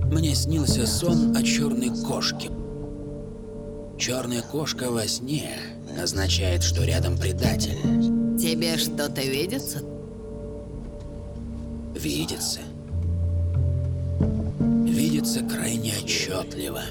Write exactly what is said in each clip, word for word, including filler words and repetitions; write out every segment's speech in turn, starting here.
Мне снился сон о черной кошке. Черная кошка во сне означает, что рядом предатель. Тебе что-то видится? Видится. Видится крайне отчетливо.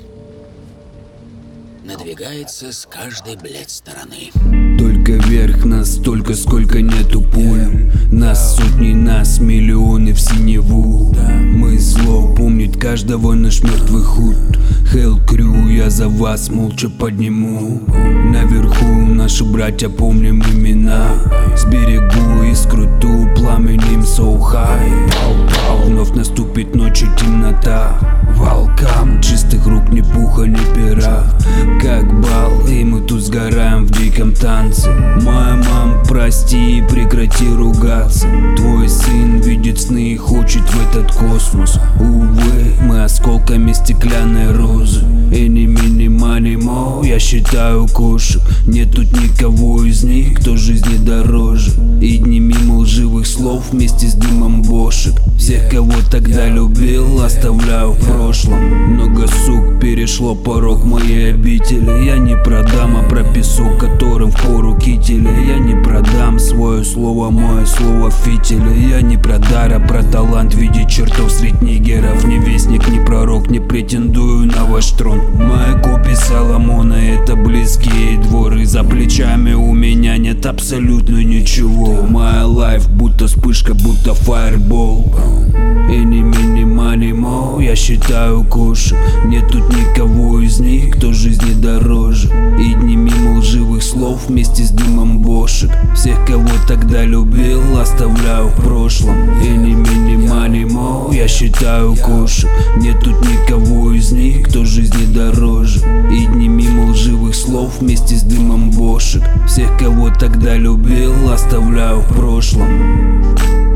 Надвигается с каждой, блядь, стороны. Только вверх настолько, сколько нету пуль. Нас сотни, нас миллионы в синеву. Мы зло, помнит каждого наш мертвый худ. Hell Crew, я за вас молча подниму. Наверху наши братья, помним имена. Сберегу искру ту пламенем so high. Вновь наступит ночь и темнота. Волкам чистых рук ни пуха, ни пера. Как бал, и мы тут сгораем в диком танце. Моя мам, прости, прекрати ругаться. Твой сын видит сны и хочет в этот космос. Увы, мы осколками стеклянной розы. Эни, мини, мани, мо, я считаю кошек. Нет тут никого из них, кто жизни дороже. И дни мимо лживых слов вместе с дымом бошек. Всех, кого тогда любил, оставляю в прошлом. Много сук перешло порог моей обители. Я не продам, а про песок, которым впору кители. Я не продам свое слово, мое слово фитили. Я не про дар, а про талант в виде чертов средь нигеров. Не вестник, не пророк, не претендую на ваш трон. Моя копия Соломона — это близкие дворы. За плечами у меня нет абсолютно ничего. Моя лайф будто вспышка, будто фаербол. Эни, мини, мани, мо, я считаю кошек. Нет тут никого из них, кто жизни дороже. И дни мимо лживых слов вместе с дымом бошек. Всех, кого тогда любил, оставляю в прошлом. Эни, мини, мани, мо, я считаю кошек. Нет тут никого из них, кто жизни дороже. И дни мимо лживых слов вместе с дымом бошек. Всех, кого тогда любил, оставляю в прошлом.